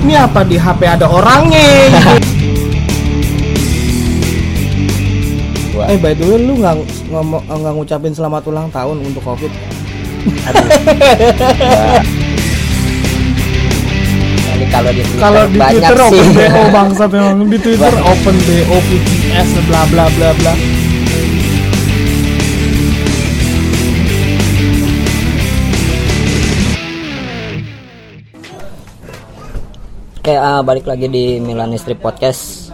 Ini apa di HP ada orangnya? By the way, lu nggak ngucapin selamat ulang tahun untuk COVID? Kalau di Twitter sih. open BO bangsat memang di Twitter open BO PTS bla bla bla bla. Oke, balik lagi di Milani Strip Podcast.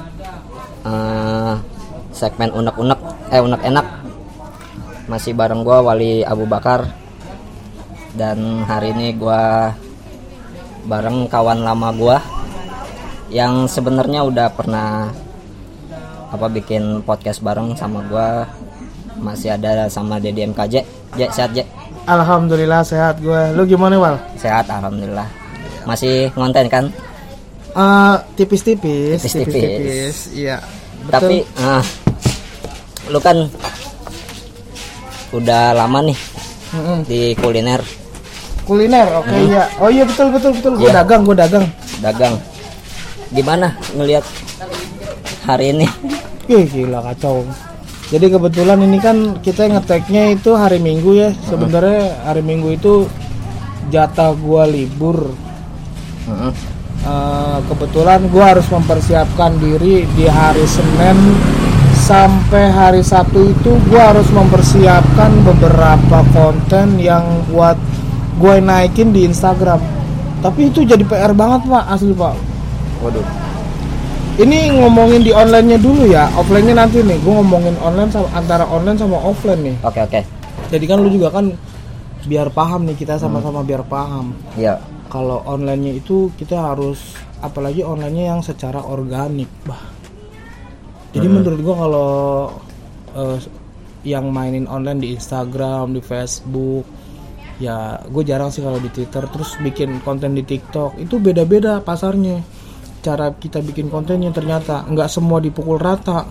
Segmen unek-unek, unek-enak. Masih bareng gue Wali Abu Bakar. Dan hari ini gue bareng kawan lama gue yang sebenarnya udah pernah bikin podcast bareng sama gue. Masih ada sama Dedi MKJ. Sehat, J? Alhamdulillah sehat gue. Lu gimana, Wal? Sehat, alhamdulillah. Masih ngonten kan? Tipis-tipis. Iya. Tapi lu kan udah lama nih di kuliner. Oke. Iya. Oh iya betul. Gue Dagang. Gimana ngelihat hari ini? Gila kacau. Jadi kebetulan ini kan kita ngeteknya itu hari Minggu ya. Sebenarnya hari Minggu itu jatah gua libur. Kebetulan gue harus mempersiapkan diri di hari Senin sampai hari Sabtu itu gue harus mempersiapkan beberapa konten yang buat gue naikin di Instagram. Tapi itu jadi PR banget Pak, asli Pak. Waduh. Ini ngomongin di online-nya dulu ya, offline-nya nanti nih. Gue ngomongin online antara online sama offline nih. Oke. Jadi kan lu juga kan biar paham nih, kita sama-sama biar paham. Iya. Kalau online-nya itu kita harus, apalagi online-nya yang secara organik, Jadi menurut gua kalau yang mainin online di Instagram, di Facebook, ya gue jarang sih kalau di Twitter. Terus bikin konten di TikTok itu beda-beda pasarnya. Cara kita bikin kontennya ternyata nggak semua dipukul rata.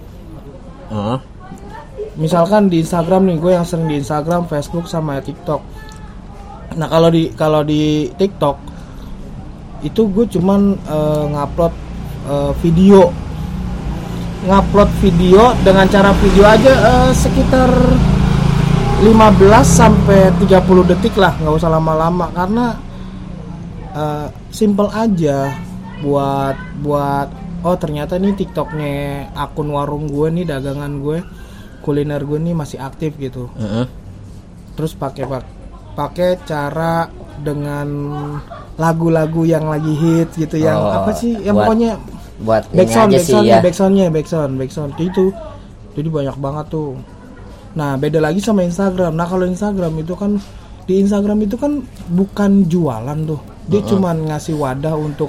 Misalkan di Instagram nih, gue yang sering di Instagram, Facebook sama TikTok. Nah kalau di TikTok itu gue cuman ngupload video dengan cara video aja sekitar 15 sampai 30 detik lah, nggak usah lama-lama karena simple aja buat oh ternyata nih TikToknya akun warung gue nih, dagangan gue, kuliner gue nih masih aktif gitu. Terus pakai cara dengan lagu-lagu yang lagi hit gitu, yang apa sih yang pokoknya buat backsoundnya gitu. Jadi banyak banget tuh. Nah beda lagi sama Instagram. Nah kalau Instagram itu kan, di Instagram itu kan bukan jualan tuh, dia cuman ngasih wadah untuk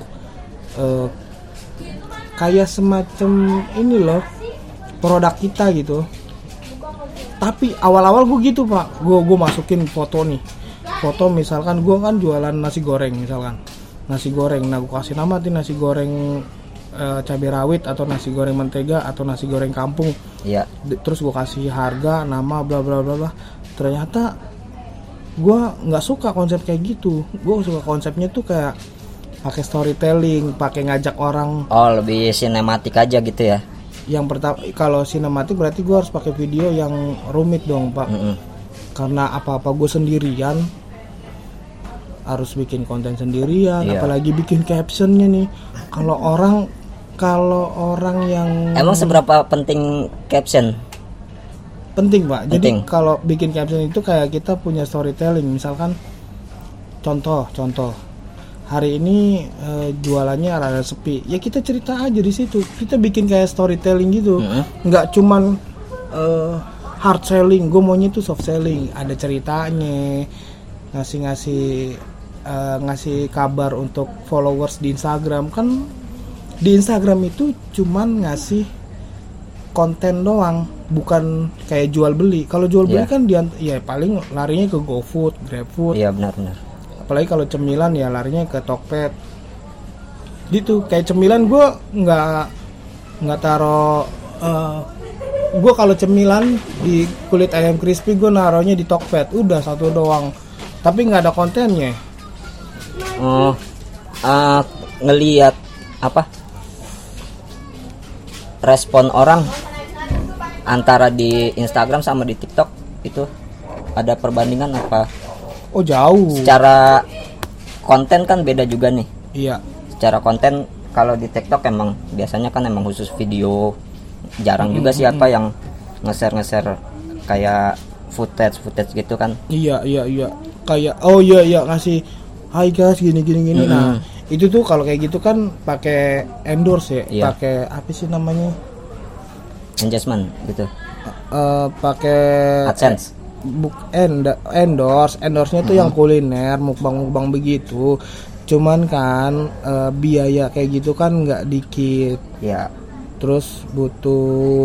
kayak semacam ini loh, produk kita gitu. Tapi awal-awal gue gitu Pak, gue masukin foto misalkan gue kan jualan nasi goreng misalkan, nah gue kasih nama nasi goreng cabai rawit atau nasi goreng mentega atau nasi goreng kampung. Iya. Terus gue kasih harga, nama, bla bla bla bla. Ternyata gue nggak suka konsep kayak gitu. Gue suka konsepnya tuh kayak pakai storytelling, pakai ngajak orang. Oh, lebih sinematik aja gitu ya. Yang pertama, kalau sinematik berarti gue harus pakai video yang rumit dong Pak. Karena apa-apa gue sendirian, harus bikin konten sendirian, apalagi bikin captionnya nih. Kalau orang yang emang seberapa penting caption? Penting Pak. Jadi kalau bikin caption itu kayak kita punya storytelling. Misalkan contoh hari ini jualannya rada sepi, ya kita cerita aja di situ. Kita bikin kayak storytelling gitu, nggak cuman hard selling. Gue maunya tuh soft selling, ada ceritanya, ngasih kabar untuk followers di Instagram. Kan di Instagram itu cuman ngasih konten doang, bukan kayak jual beli. Kalau jual beli kan ya paling larinya ke GoFood, GrabFood. Iya benar. Apalagi kalau cemilan ya larinya ke Tokped. Gitu, kayak cemilan gue nggak taruh. Gue kalau cemilan di kulit ayam crispy gue naruhnya di Tokped, udah satu doang. Tapi nggak ada kontennya. ngelihat apa respon orang antara di Instagram sama di TikTok itu ada perbandingan apa? Oh jauh. Secara konten kan beda juga nih. Iya. Secara konten kalau di TikTok emang biasanya kan emang khusus video, jarang juga sih apa yang nge-share kayak footage gitu kan. Iya. Kayak ngasih hai guys gini. Nah, itu tuh kalau kayak gitu kan pakai endorse ya. Iya. Pakai apa sih namanya? Engagement gitu. Pakai AdSense. Endorse-nya tuh yang kuliner, mukbang begitu. Cuman kan biaya kayak gitu kan nggak dikit. Ya. Terus butuh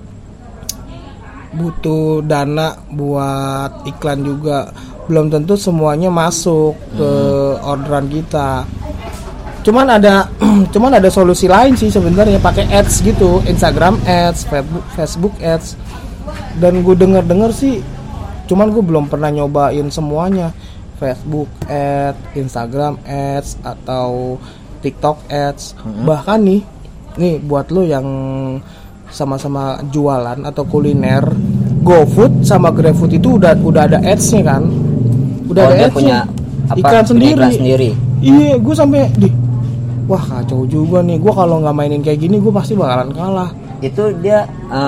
dana buat iklan juga. Belum tentu semuanya masuk ke orderan kita. Cuman ada solusi lain sih sebenarnya, pakai ads gitu, Instagram ads, Facebook ads. Dan gue denger sih, cuman gue belum pernah nyobain semuanya. Facebook ads, Instagram ads, atau TikTok ads. Bahkan nih buat lo yang sama-sama jualan atau kuliner, GoFood sama GrabFood itu udah ada ads-nya kan? Udah ada ads-nya. Iklan sendiri. Iya, gue sampai wah kacau juga nih. Gue kalau nggak mainin kayak gini, gue pasti bakalan kalah. Itu dia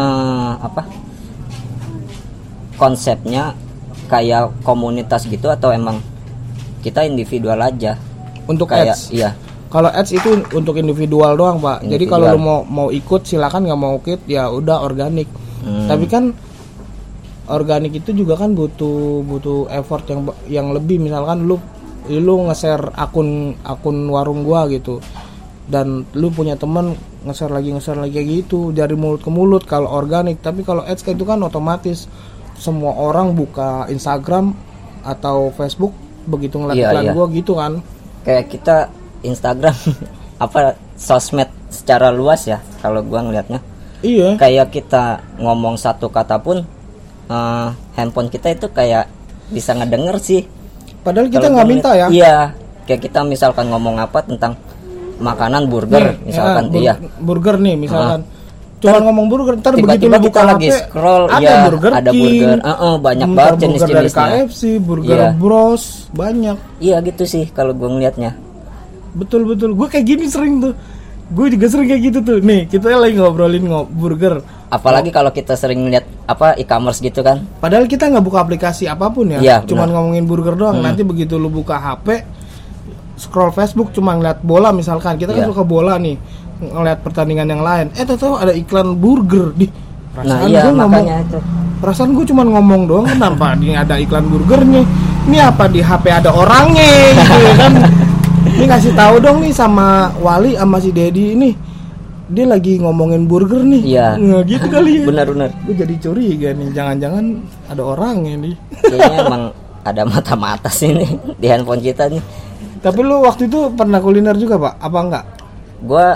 konsepnya kayak komunitas gitu atau emang kita individual aja? Untuk kayak, ads? Iya. Kalau ads itu untuk individual doang, Pak. Individual. Jadi kalau lo mau ikut silakan, nggak mau ikut ya udah organik. Tapi kan organik itu juga kan butuh effort yang lebih. Misalkan lu nge-share akun warung gua gitu, dan lu punya teman nge-share lagi kayak gitu dari mulut ke mulut kalau organik. Tapi kalau ads kayak itu kan otomatis semua orang buka Instagram atau Facebook begitu ngeliat iklan gua gitu kan. Kayak kita Instagram apa sosmed secara luas ya kalau gua ngelihatnya. Iya. Kayak kita ngomong satu kata pun handphone kita itu kayak bisa ngedenger sih. Padahal kita nggak minta ya. Iya, kayak kita misalkan ngomong apa tentang makanan burger nih, misalkan burger nih misalkan. Cuma ngomong burger, ntar begitu lu buka lagi scroll ada Burger ada King, burger, banyak banget jenis-jenisnya. Burger KFC, burger Bros, banyak. Iya gitu sih kalau gue ngelihatnya. Betul. Gue kayak gini sering tuh. Gue juga sering kayak gitu tuh. Nih, kita lagi ngobrolin burger. Apalagi kalau kita sering lihat e-commerce gitu kan. Padahal kita nggak buka aplikasi apapun ya. Iya, cuman ngomongin burger doang. Nanti begitu lu buka HP, scroll Facebook cuma ngeliat bola misalkan. Kita kan suka bola nih, ngeliat pertandingan yang lain. Tahu ada iklan burger di. Perasaan gue cuma ngomong doang, kenapa ini ada iklan burgernya? Ini apa di HP ada orangnya gitu kan? Ini kasih tahu dong nih sama Wali sama si Dedi ini. Dia lagi ngomongin burger nih. Iya. Nah, gitu kali ya. Benar. Gue jadi curiga nih, jangan-jangan ada orangnya nih. Kayaknya emang ada mata-mata sih nih di handphone kita nih. Tapi lu waktu itu pernah kuliner juga, Pak? Apa enggak? Gua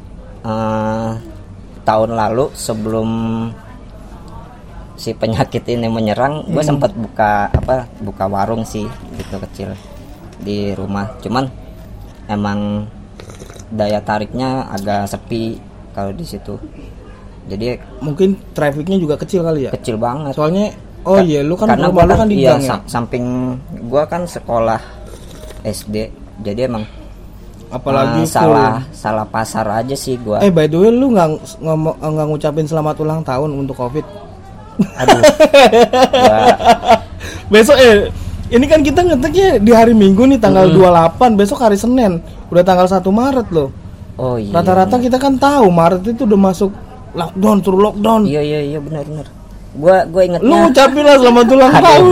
tahun lalu sebelum si penyakit ini menyerang, gue sempat buka warung sih gitu kecil di rumah. Cuman emang daya tariknya agak sepi kalau di situ. Jadi mungkin trafficnya juga kecil kali ya? Kecil banget. Soalnya lu kan karena rumah lu kan di gang ya? Samping gua kan sekolah SD. Jadi emang apalagi salah pasar aja sih gua. By the way, lu nggak ngucapin selamat ulang tahun untuk COVID? Aduh. Besok ini kan kita ngeteknya di hari Minggu nih tanggal 28, besok hari Senin. Udah tanggal 1 Maret loh. Oh iya. Rata-rata kita kan tahu Maret itu udah masuk lockdown. Iya benar. Gua ingetnya. Lu ngucapin lah selamat ulang tahun.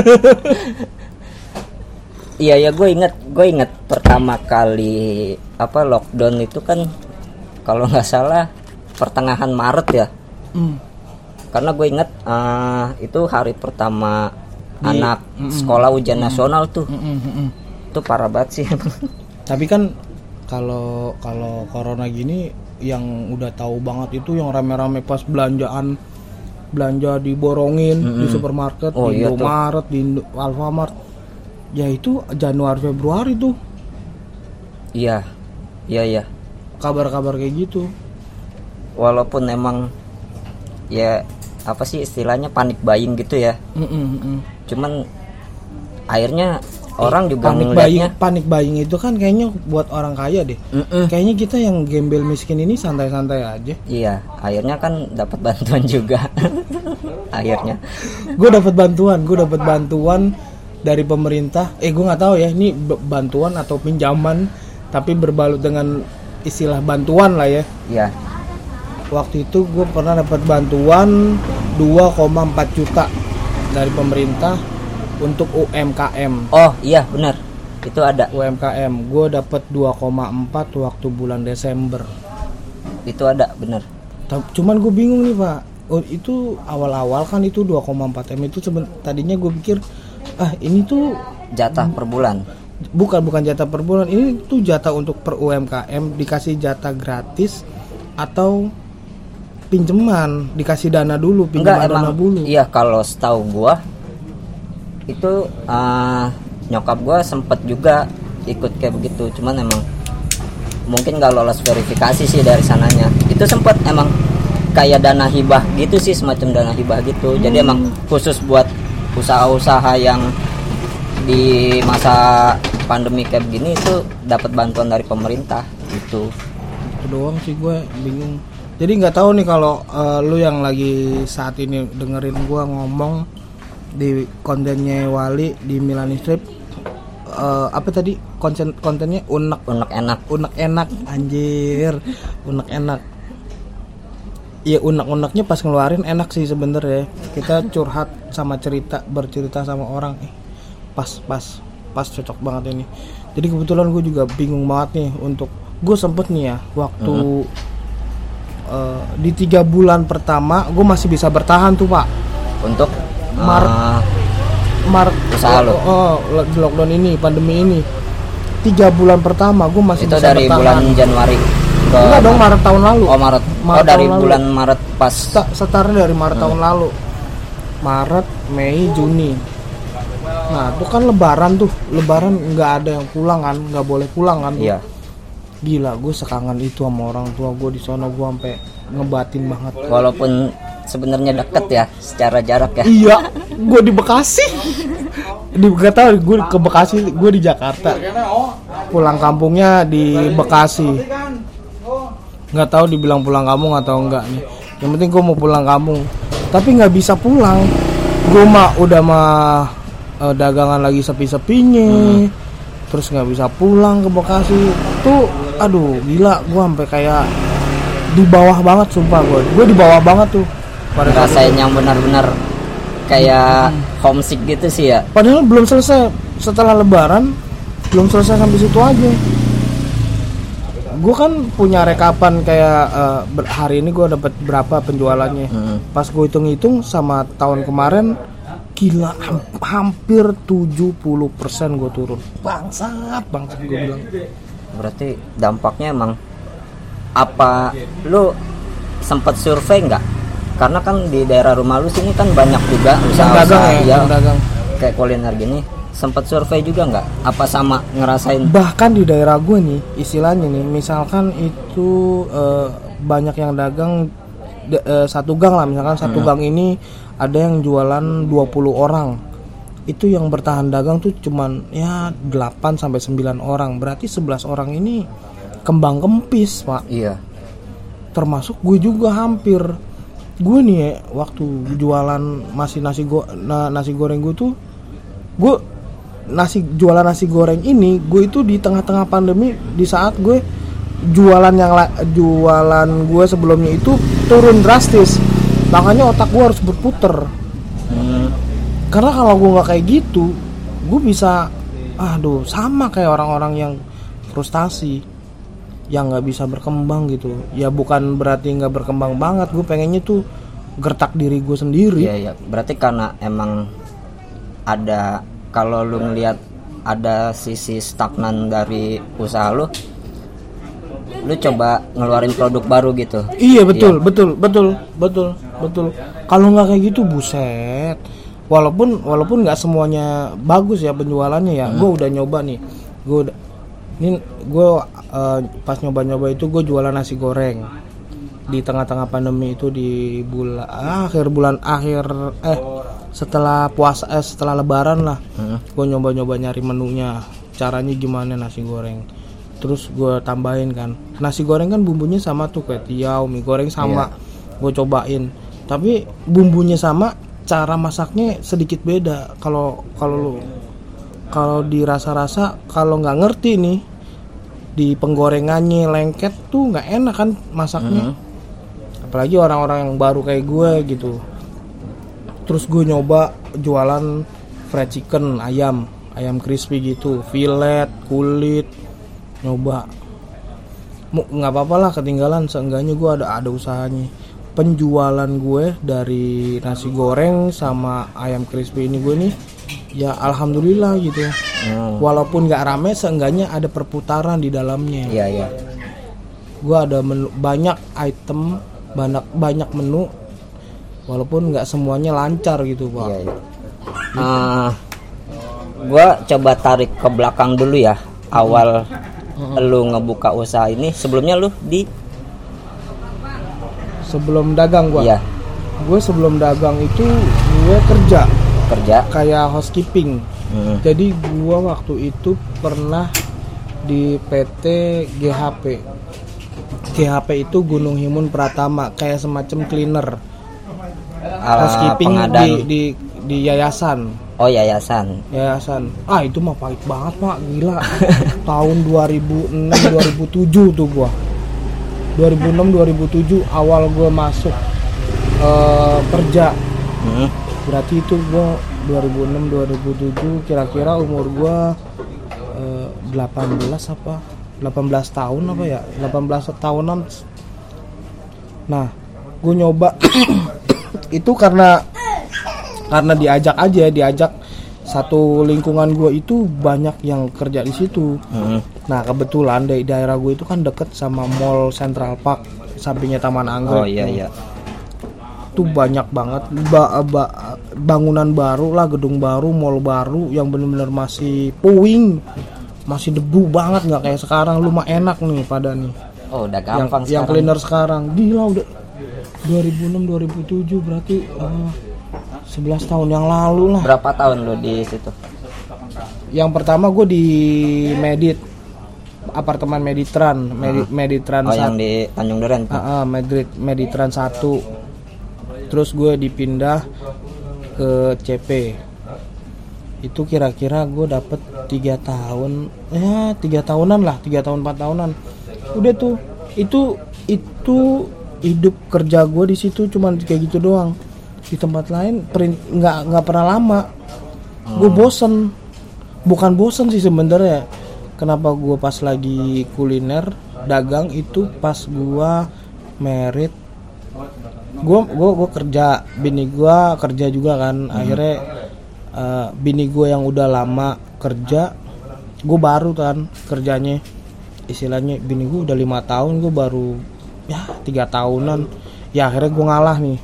Iya gue inget pertama kali lockdown itu kan kalau nggak salah pertengahan Maret ya. Karena gue inget itu hari pertama anak sekolah ujian nasional tuh. Itu parah banget sih. Tapi kan kalau corona gini yang udah tahu banget itu yang rame-rame pas belanja diborongin di supermarket, di Indomaret, di Alfamart. Ya itu Januari Februari tuh. Iya. Iya. Kabar-kabar kayak gitu. Walaupun emang ya apa sih istilahnya panik buying gitu ya. Cuman akhirnya orang juga ngeliatnya panik buying itu kan kayaknya buat orang kaya deh. Kayaknya kita yang gembel miskin ini santai-santai aja. Iya, akhirnya kan dapat bantuan juga. Akhirnya gue dapat bantuan dari pemerintah. Gue nggak tahu ya ini bantuan atau pinjaman, tapi berbalut dengan istilah bantuan lah ya. Iya. Waktu itu gue pernah dapat bantuan 2,4 juta dari pemerintah untuk UMKM. Oh iya benar, itu ada UMKM. Gue dapat 2,4 waktu bulan Desember. Itu ada benar. Cuman gue bingung nih Pak. Itu awal-awal kan itu 2,4 M itu tadinya gue pikir ini tuh jatah per bulan. Bukan jatah per bulan. Ini tuh jatah untuk per UMKM, dikasih jatah gratis atau pinjaman, dikasih dana dulu, pinjaman dana dulu. Iya, kalau setahu gua itu nyokap gua sempet juga ikut kayak begitu, cuman emang mungkin gak lolos verifikasi sih dari sananya. Itu sempet emang kayak dana hibah gitu sih, semacam dana hibah gitu. Jadi emang khusus buat usaha-usaha yang di masa pandemi kayak begini itu dapat bantuan dari pemerintah gitu. Itu doang sih gue bingung. Jadi nggak tahu nih kalau lu yang lagi saat ini dengerin gue ngomong di kontennya Wali di Milani Strip, apa tadi kontennya unek enak anjir, unek enak. Iya, unek-uneknya pas ngeluarin enak sih sebenernya. Kita curhat sama bercerita sama orang, pas cocok banget ini. Jadi kebetulan gue juga bingung banget nih untuk gue sempet nih ya waktu di 3 bulan pertama gue masih bisa bertahan tuh Pak. Untuk Maret usaha lo. Lockdown ini, pandemi ini. 3 bulan pertama gue masih itu bisa dari bertahan. Bulan Januari ke enggak dong, Maret tahun lalu. Oh Maret dari bulan Maret pas setarnya dari Maret tahun lalu. Maret, Mei, Juni. Nah itu kan lebaran nggak ada yang pulang kan, nggak boleh pulang kan tuh. Iya. Gila, gue sekangen itu sama orang tua gue di sono. Gue sampai ngebatin banget. Walaupun sebenarnya deket ya secara jarak ya. Iya, gue di Bekasi. Gak tahu gue ke Bekasi, gue di Jakarta. Pulang kampungnya di Bekasi. Nggak tahu dibilang pulang kampung atau enggak nih. Yang penting gue mau pulang kampung. Tapi nggak bisa pulang. Gue udah dagangan lagi sepi-sepinya. Terus nggak bisa pulang ke Bekasi. Tuh, aduh gila, gue sampai kayak di bawah banget sumpah gue di bawah banget tuh. Rasain yang benar-benar kayak homesick gitu sih ya. Padahal belum selesai, setelah lebaran belum selesai sampai situ aja. Gue kan punya rekapan kayak hari ini gue dapat berapa penjualannya. Pas gue hitung-hitung sama tahun kemarin, gila hampir 70% gue turun. Bangsat gue bilang. Berarti dampaknya emang apa, lu sempat survei nggak? Karena kan di daerah rumah lu sini kan banyak juga usaha-usaha dagang kayak kuliner gini. Sempat survei juga nggak? Apa sama ngerasain? Bahkan di daerah gue nih, istilahnya nih, misalkan itu banyak yang dagang satu gang lah, misalkan satu gang ini ada yang jualan 20 orang. Itu yang bertahan dagang tuh cuman ya 8 sampai 9 orang. Berarti 11 orang ini kembang kempis, Pak. Iya. Termasuk gue juga hampir. Gue nih ya, waktu jualan masih nasi goreng gue tuh, jualan nasi goreng ini gue itu di tengah-tengah pandemi, di saat gue jualan gue sebelumnya itu turun drastis. Makanya otak gue harus berputer. Karena kalau gue nggak kayak gitu, gue bisa, sama kayak orang-orang yang frustasi, yang nggak bisa berkembang gitu. Ya bukan berarti nggak berkembang banget. Gue pengennya tuh gertak diri gue sendiri. Iya. Berarti karena emang ada, kalau lu ngelihat ada sisi stagnan dari usaha lu coba ngeluarin produk baru gitu. Iya betul. Kalau nggak kayak gitu buset. Walaupun nggak semuanya bagus ya penjualannya ya. Gue udah nyoba nih. Ini gue pas nyoba-nyoba itu gue jualan nasi goreng di tengah-tengah pandemi itu di bulan akhir setelah puasa setelah lebaran lah. Gue nyoba-nyoba nyari menunya, caranya gimana nasi goreng. Terus gue tambahin kan, nasi goreng kan bumbunya sama tuh kayak tiaw, mie goreng sama. Gue cobain, tapi bumbunya sama, cara masaknya sedikit beda. Kalau dirasa-rasa, kalau nggak ngerti nih di penggorengannya lengket tuh nggak enak kan masaknya. Apalagi orang-orang yang baru kayak gue gitu. Terus gue nyoba jualan fried chicken, ayam crispy gitu, fillet, kulit, nyoba. Nggak apa-apa lah ketinggalan, seenggaknya gue ada usahanya. Penjualan gue dari nasi goreng sama ayam crispy ini gue nih ya alhamdulillah gitu. Walaupun nggak rame, seenggaknya ada perputaran di dalamnya. Iya. Gue ada banyak item, banyak menu, walaupun nggak semuanya lancar gitu Pak. Iya. Gue coba tarik ke belakang dulu ya, awal lu ngebuka usaha ini. Sebelumnya lu sebelum dagang gue. Iya. Gue sebelum dagang itu gue kerja kayak housekeeping. Jadi gue waktu itu pernah di PT GHP. GHP itu Gunung Himun Pratama, kayak semacam cleaner. Housekeeping di yayasan. Oh, yayasan. Itu mah pahit banget Pak, gila. Tahun 2006 2007 tuh gua. 2006 2007 awal gua masuk kerja. Berarti itu gua 2006 2007 kira-kira umur gua 18 tahun apa ya? 18 tahunan. Nah, gua nyoba itu karena diajak satu lingkungan gue itu banyak yang kerja di situ. Nah kebetulan dari daerah gue itu kan deket sama Mall Central Park, sampingnya Taman Anggrek. Oh iya. Tuh banyak banget bangunan baru lah, gedung baru, mall baru yang benar-benar masih puing, masih debu banget, nggak kayak sekarang. Lu mah enak nih pada nih. Oh udah gampang yang cleaner sekarang. Gila udah 2006 2007 berarti 11 tahun yang lalu lah. Berapa tahun lo di situ? Yang pertama gue di apartemen Meditran, Meditran. Yang di Tanjung Duren tuh. Meditran 1. Terus gue dipindah ke CP. Itu kira-kira gue dapet 3 tahun, 3 tahunan lah, 3 tahun 4 tahunan. Udah tuh, itu hidup kerja gue di situ cuman kayak gitu doang. Di tempat lain nggak pernah lama. Gue bukan bosen sih sebenarnya. Kenapa gue pas lagi kuliner dagang itu pas gue merit, gue kerja, bini gue kerja juga kan. Akhirnya bini gue yang udah lama kerja, gue baru kan kerjanya, istilahnya bini gue udah 5 tahun, gue baru 3 tahunan. Ya akhirnya gue ngalah nih.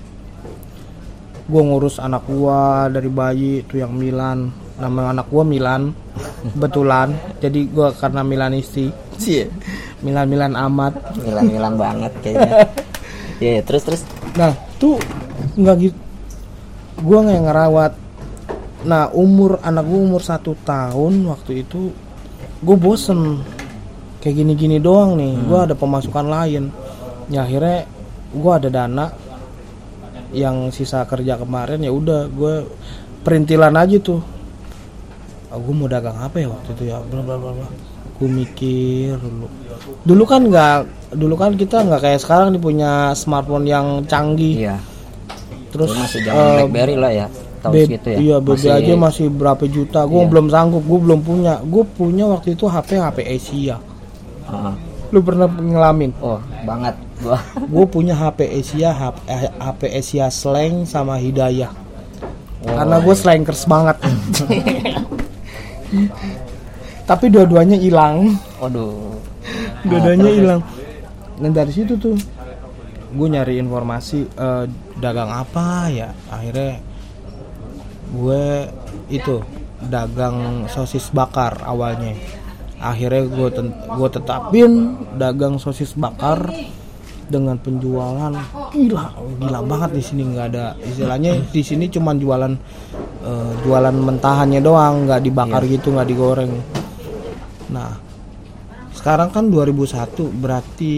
Gue ngurus anak gua dari bayi tuh yang Milan, nama anak gua Milan betulan, jadi gua karena Milanisti Milan amat, Milan banget kayaknya. Iya, terus nah tuh nggak gitu, gua nggak ngerawat. Nah anak gua umur 1 tahun waktu itu, gua bosen kayak gini doang nih. Gua ada pemasukan lain ya, akhirnya gua ada dana yang sisa kerja kemarin. Ya udah gue perintilan aja tuh. Gue mau dagang apa ya waktu itu ya, bla. Gue mikir dulu kan kita nggak kayak sekarang nih punya smartphone yang canggih. Iya. Terus masih zaman BlackBerry lah ya, tahun segitu ya. Iya, BB aja masih berapa juta. Gue belum sanggup, gue belum punya. Gue punya waktu itu HP Asia. Lu pernah ngalamin? Oh banget. Gue punya HP Asia Slang sama Hidayah. Karena gue slankers banget. Tapi dua-duanya hilang. Waduh. Dua-duanya hilang. Dan dari situ tuh gue nyari informasi dagang apa ya. Akhirnya gue itu dagang sosis bakar awalnya. Akhirnya gue tetapin dagang sosis bakar dengan penjualan gila banget di sini. Nggak ada istilahnya, di sini cuman jualan mentahannya doang, nggak dibakar gitu, nggak digoreng. Nah sekarang kan 2001 berarti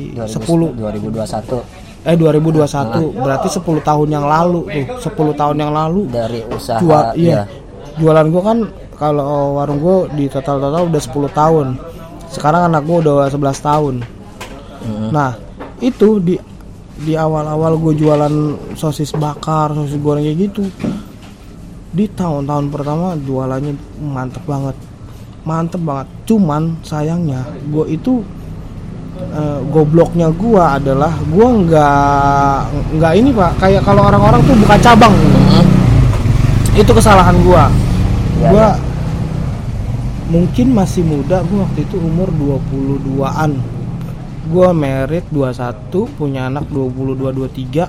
2021 berarti 10 tahun yang lalu tuh. 10 tahun yang lalu dari usaha jualan gue kan, kalau warung gue di total udah 10 tahun. Sekarang anak gue udah 11 tahun. Nah itu di awal-awal gue jualan sosis bakar, sosis goreng kayak gitu, di tahun-tahun pertama jualannya mantep banget. Cuman sayangnya gue itu gobloknya gue adalah gue nggak ini Pak, kayak kalau orang-orang tuh buka cabang. Itu kesalahan gue. Gue mungkin masih muda, gue waktu itu umur 22-an. Gue married 21, punya anak 22-23.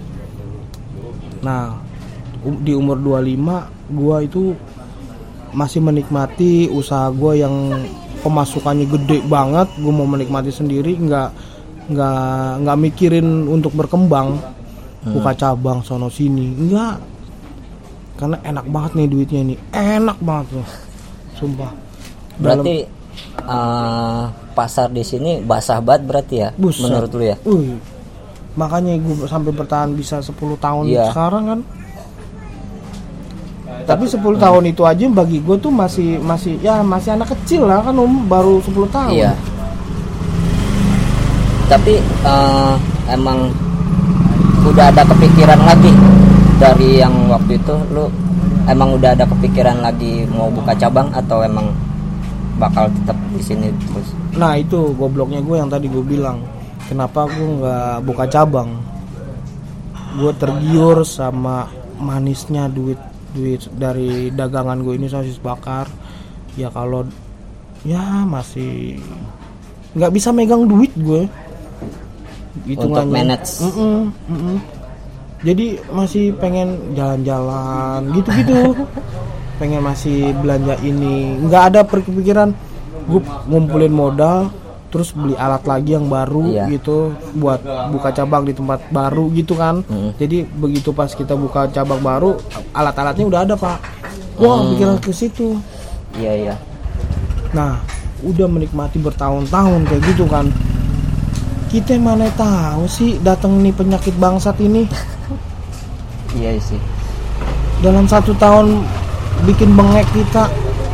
Nah di umur 25 gue itu masih menikmati usaha gue yang pemasukannya gede banget. Gue mau menikmati sendiri, nggak mikirin untuk berkembang, buka cabang sono sini, enggak. Karena enak banget nih duitnya nih, enak banget loh, sumpah. Berarti pasar di sini basah banget berarti ya, menurut lu ya? Makanya gue sampai bertahan bisa 10 tahun sekarang kan. Tapi 10 tahun itu aja bagi gue tuh masih anak kecil lah kan, baru 10 tahun. Iya. Tapi emang udah ada kepikiran lagi dari yang waktu itu, lu emang udah ada kepikiran lagi mau buka cabang atau emang bakal tetap di sini terus? Nah itu gobloknya gue yang tadi gue bilang, kenapa gue nggak buka cabang? Gue tergiur sama manisnya duit dari dagangan gue ini, sosis bakar. Ya kalau masih nggak bisa megang duit gue gitu untuk manage. Jadi masih pengen jalan-jalan gitu pengen masih belanja ini, nggak ada perpikiran gue ngumpulin modal terus beli alat lagi yang baru gitu buat buka cabang di tempat baru gitu kan. Jadi begitu pas kita buka cabang baru, alat-alatnya udah ada Pak. Pikiran ke situ. Iya. Nah udah menikmati bertahun-tahun kayak gitu kan. Kita mana tahu sih datang nih penyakit bangsat ini. Iya sih. Dalam 1 tahun bikin bengek kita.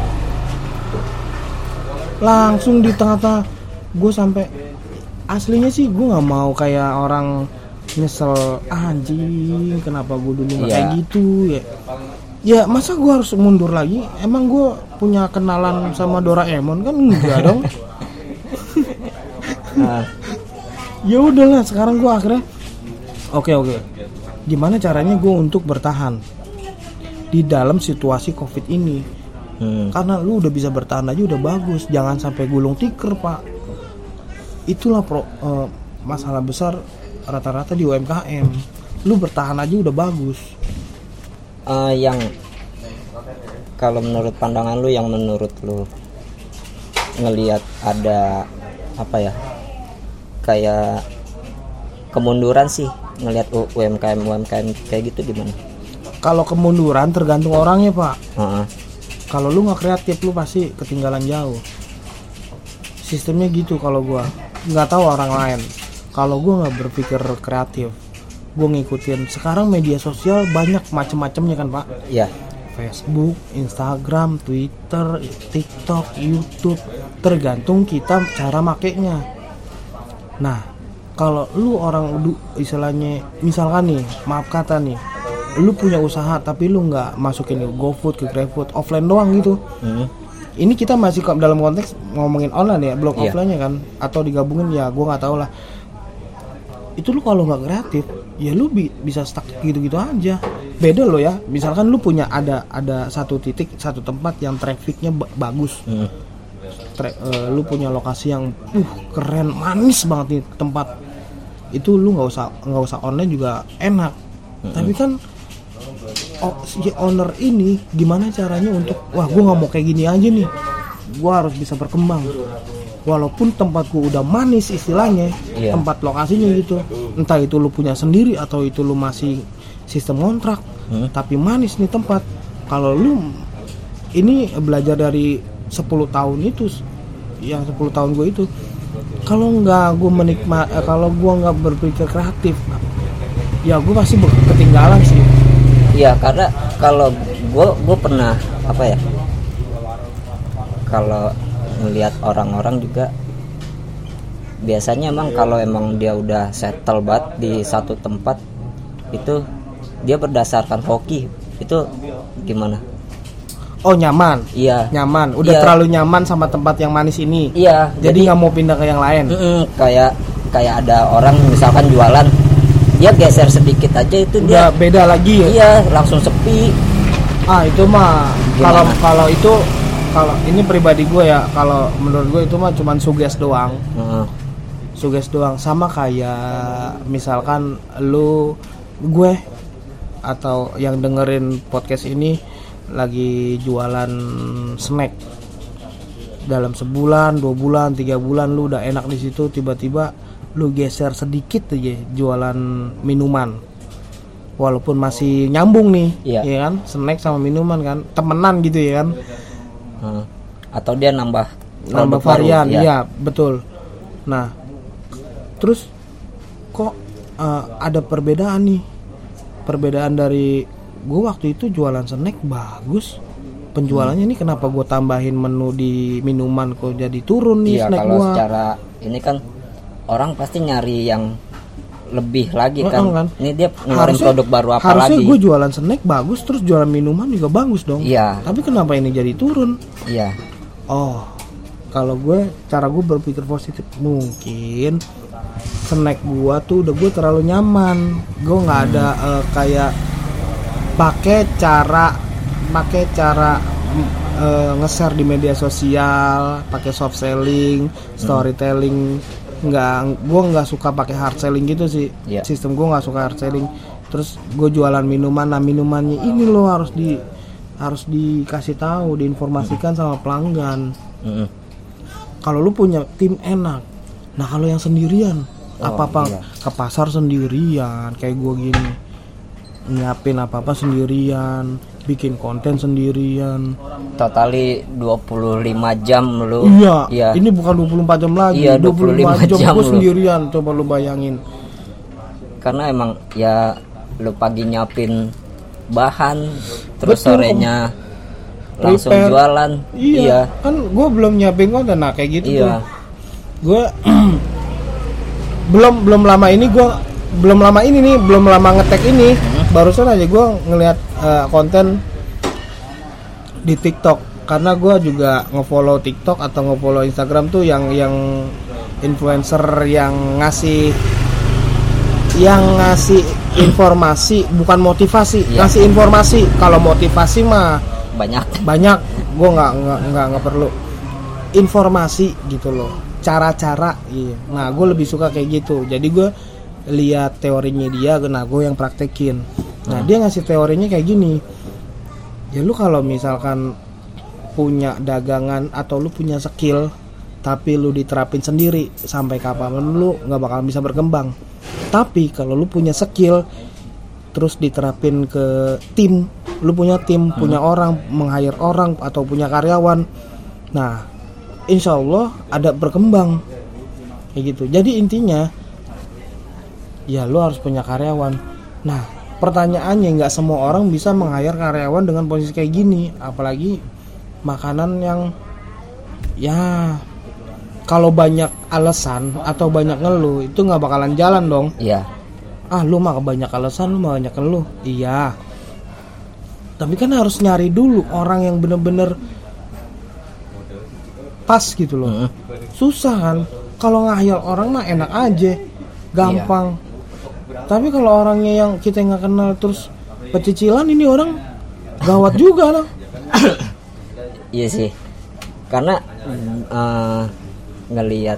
Langsung di tengah-tengah. Gue sampai aslinya sih gue nggak mau kayak orang nyesel, anjing kenapa gue dulu nggak kayak gitu ya masa gue harus mundur lagi? Emang gue punya kenalan sama Doraemon kan? Enggak dong. Ya udahlah, sekarang gue akhirnya oke. Gimana caranya gue untuk bertahan di dalam situasi COVID ini? Karena lu udah bisa bertahan aja udah bagus, jangan sampai gulung tikar Pak. Itulah masalah besar rata-rata di UMKM. Lu bertahan aja udah bagus. Yang kalau menurut pandangan lu, yang menurut lu ngelihat ada apa ya, kayak kemunduran sih ngelihat UMKM kayak gitu gimana? Kalau kemunduran tergantung orangnya Pak. Kalau lu nggak kreatif lu pasti ketinggalan jauh. Sistemnya gitu kalau gua. Nggak tahu orang lain. Kalau gue nggak berpikir kreatif, gue ngikutin. Sekarang media sosial banyak macam-macamnya kan Pak. Iya. Facebook, Instagram, Twitter, TikTok, YouTube, tergantung kita cara makainya. Nah, kalau lu orang istilahnya, misalkan nih, maaf kata nih, lu punya usaha tapi lu nggak masukin ke GoFood, ke GrabFood, offline doang gitu. Ini kita masih dalam konteks ngomongin online ya, belum offline-nya kan, atau digabungin ya gue nggak tahu lah. Itu lu kalau nggak kreatif ya lu bisa stuck gitu-gitu aja. Beda lo ya, misalkan lu punya ada satu titik, satu tempat yang trafficnya bagus. Lu punya lokasi yang keren, manis banget nih tempat. Itu lu nggak usah online juga enak. Tapi kan si owner ini gimana caranya untuk gue nggak mau kayak gini aja nih, gue harus bisa berkembang. Walaupun tempat gue udah manis istilahnya, tempat lokasinya gitu. Entah itu lu punya sendiri atau itu lu masih sistem kontrak, tapi manis nih tempat. Kalau lu ini belajar dari 10 tahun itu, yang 10 tahun gue itu, kalau nggak gue kalau gue nggak berpikir kreatif, ya gue pasti ketinggalan sih. Iya, karena kalau gue pernah kalau ngelihat orang-orang juga biasanya emang kalau emang dia udah settle banget di satu tempat itu dia berdasarkan hoki itu gimana? Oh, nyaman. Iya. Nyaman. Udah terlalu nyaman sama tempat yang manis ini. Iya. Jadi nggak mau pindah ke yang lain. Kayak ada orang misalkan jualan, dia geser sedikit aja itu udah dia beda lagi ya. Iya, langsung sepi. Itu mah kalau ini pribadi gue ya, kalau menurut gue itu mah cuman suges doang. Suges doang, sama kayak misalkan gue atau yang dengerin podcast ini lagi jualan snack. Dalam sebulan, 2 bulan, 3 bulan lu udah enak di situ, tiba-tiba lu geser sedikit aja jualan minuman. Walaupun masih nyambung nih, ya kan? Snack sama minuman kan, temenan gitu ya kan. Atau dia nambah varian, iya betul. Nah, terus kok ada perbedaan nih? Perbedaan dari gue waktu itu jualan snack bagus, penjualannya ini kenapa gue tambahin menu di minuman kok jadi turun nih snack gue? Kalau secara ini kan orang pasti nyari yang lebih lagi kan. Ini dia ngeluarin produk baru apa harusnya lagi? Harusnya gue jualan snack bagus terus jualan minuman juga bagus dong. Iya. Tapi kenapa ini jadi turun? Iya. Oh, kalau cara gue berpikir positif, mungkin snack gue tuh udah gue terlalu nyaman. Gue nggak ada kayak pakai cara nge-share di media sosial, pakai soft selling, storytelling. Gue nggak suka pakai hard selling gitu sih. Sistem gue nggak suka hard selling. Terus gue jualan minuman, nah minumannya ini lo harus dikasih tahu, diinformasikan sama pelanggan. Kalau lu punya tim enak. Nah kalau yang sendirian, ke pasar sendirian, kayak gue gini, nyiapin apa-apa sendirian, bikin konten sendirian. Totali 25 jam lu. Iya. Ini bukan 24 jam lagi. Iya, 25 jam gue sendirian. Coba lu bayangin. Karena emang ya lu pagi nyiapin bahan, terus sorenya langsung jualan. Iya. Kan gue belum nyiapin konten, nah kayak gitu tuh. Gue belum lama ngetek ini. Barusan aja gue ngelihat konten di TikTok, karena gue juga ngefollow TikTok atau ngefollow Instagram tuh yang influencer yang ngasih informasi, bukan motivasi, ngasih informasi. Kalau motivasi mah banyak, gue nggak perlu informasi gitu loh, cara-cara. Nah gue lebih suka kayak gitu. Jadi gue lihat teorinya dia, nah gue yang praktekin. Nah dia ngasih teorinya kayak gini. Ya lu kalau misalkan punya dagangan atau lu punya skill tapi lu diterapin sendiri, sampai kapan lu nggak bakal bisa berkembang. Tapi kalau lu punya skill terus diterapin ke tim, lu punya tim, punya orang, meng-hire orang atau punya karyawan, nah insya Allah ada berkembang kayak gitu. Jadi intinya ya lu harus punya karyawan. Nah pertanyaannya, nggak semua orang bisa meng-hire karyawan dengan posisi kayak gini, apalagi makanan yang ya kalau banyak alasan atau banyak ngeluh itu nggak bakalan jalan dong. Iya. Lu mah banyak alasan, lu mah banyak ngeluh. Iya. Tapi kan harus nyari dulu orang yang bener-bener pas gitu loh. Susah kan. Kalau ngahayal orang mah enak aja, gampang. Tapi kalau orangnya yang kita nggak kenal terus pecicilan, ini orang gawat juga loh. Iya sih. Karena ngelihat,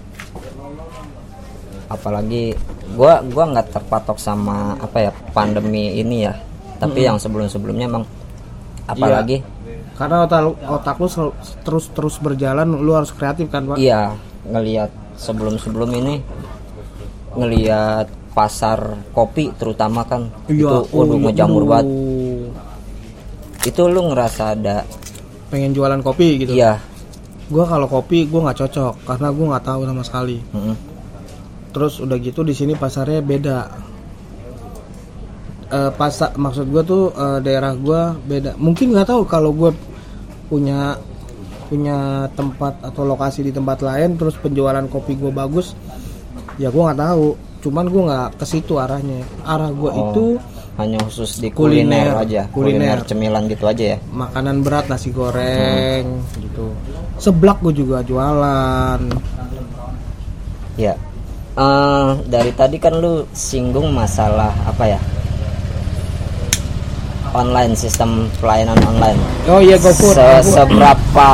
apalagi gua nggak terpatok sama pandemi ini ya. Tapi yang sebelumnya emang apalagi Karena otak lu terus berjalan, lu harus kreatif kan, Pak? Iya, ngelihat sebelum ini ngelihat pasar kopi terutama kan, iya, itu ngejamur banget. Itu lu ngerasa ada pengen jualan kopi gitu? Iya. Gua kalau kopi gua nggak cocok karena gua nggak tahu sama sekali. Terus udah gitu di sini pasarnya beda. Maksud gue tuh daerah gue beda. Mungkin nggak tahu kalau gue punya tempat atau lokasi di tempat lain, terus penjualan kopi gue bagus, ya gue nggak tahu. Cuman gue nggak ke situ arahnya. Arah gue itu hanya khusus di kuliner aja, kuliner cemilan gitu aja ya. Makanan berat, nasi goreng gitu. Seblak gue juga jualan. Ya. Dari tadi kan lu singgung masalah apa ya? Online, sistem pelayanan online. Oh iya, GoFood. Seberapa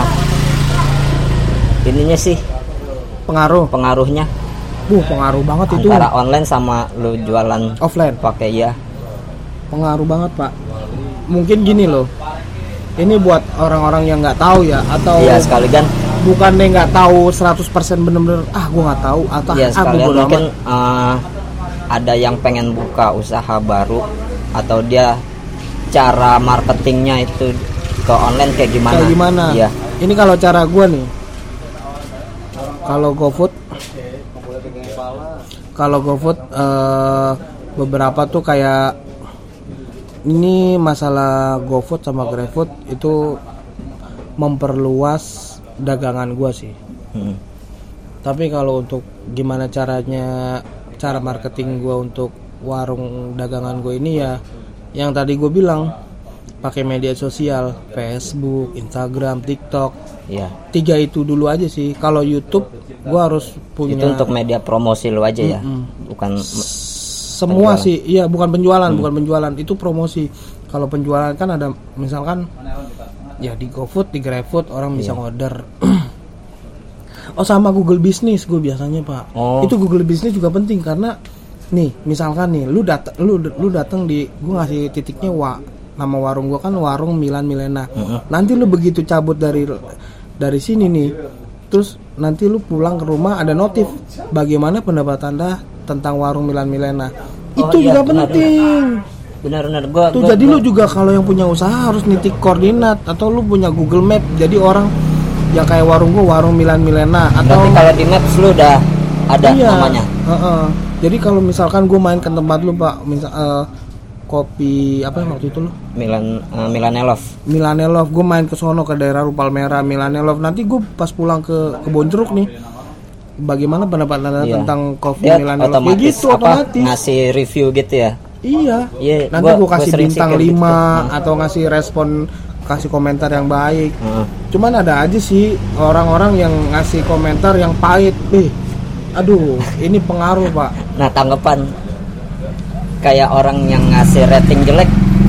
ininya sih pengaruhnya? Pengaruh banget itu. Antara online sama lu jualan offline pakai ya. Pengaruh banget, Pak. Mungkin gini loh. Ini buat orang-orang yang nggak tahu ya, atau iya, sekalian bukannya nggak tahu 100% bener-bener gue nggak tau atau ya, sekalian mungkin ada yang pengen buka usaha baru atau dia cara marketingnya itu ke online kayak gimana? Iya. Ini kalau cara gue nih, kalau GoFood beberapa tuh kayak ini masalah GoFood sama GrabFood itu memperluas dagangan gue sih. Tapi kalau untuk gimana cara marketing gue untuk warung dagangan gue ini ya, yang tadi gue bilang, pakai media sosial, Facebook, Instagram, TikTok. Iya. 3 itu dulu aja sih. Kalau YouTube gue harus punya. Itu untuk media promosi lo aja ya, bukan semua penjualan. Sih. Iya, bukan penjualan, itu promosi. Kalau penjualan kan ada, misalkan ya di GoFood, di GrabFood orang bisa order. Sama Google Business gue biasanya, Pak. Itu Google Business juga penting karena nih, misalkan nih lu datang di, gue ngasih titiknya nama warung gue kan warung Milan Milena. Nanti lu begitu cabut dari sini nih, terus nanti lu pulang ke rumah ada notif bagaimana pendapat Anda tentang warung Milan Milena. Itu juga penting. Benar. Jadi lu juga kalau yang punya usaha harus nitik koordinat, atau lu punya Google Map. Jadi orang ya kayak warung gua, warung Milan Milena, atau berarti kalau di Maps lu udah ada namanya. Jadi kalau misalkan gua main ke tempat lu, Pak, kopi apa waktu itu lu? Milanelov. Gua main ke sono ke daerah Rupal Merah, Milanelov. Nanti gua pas pulang ke Kebon Jeruk nih, bagaimana pendapat Anda tentang kopi Milanelov? Ya gitu, otomatis ngasih review gitu ya. Iya. Nanti gue kasih bintang 5 gitu. Atau ngasih respon, kasih komentar yang baik. Cuman ada aja sih orang-orang yang ngasih komentar yang pahit. Aduh, ini pengaruh, Pak. Nah, tanggapan kayak orang yang ngasih rating jelek.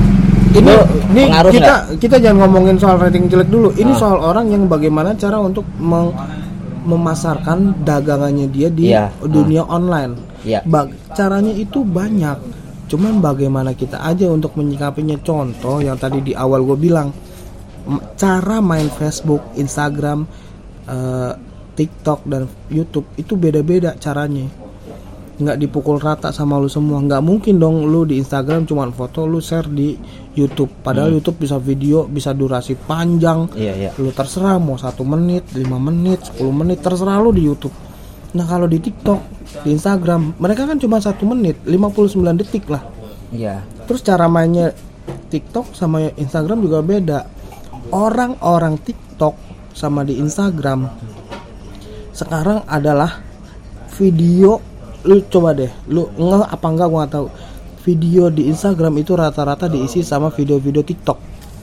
Ini kita jangan ngomongin soal rating jelek dulu. Ini soal orang yang bagaimana cara untuk memasarkan dagangannya dia di dunia online. Caranya itu banyak. Cuman bagaimana kita aja untuk menyikapinya. Contoh yang tadi di awal gue bilang, cara main Facebook, Instagram, TikTok dan YouTube itu beda-beda caranya. Nggak dipukul rata sama lu semua. Nggak mungkin dong lu di Instagram cuman foto lu share di YouTube. Padahal YouTube bisa video, bisa durasi panjang. Lu terserah mau 1 menit, 5 menit, 10 menit, terserah lu di YouTube. Nah kalau di TikTok, di Instagram, mereka kan cuma 1 menit, 59 detik lah. Terus cara mainnya TikTok sama Instagram juga beda. Orang-orang TikTok sama di Instagram sekarang adalah video. Lu coba deh, lu nggak apa enggak gua nggak tahu. Video di Instagram itu rata-rata diisi sama video-video TikTok.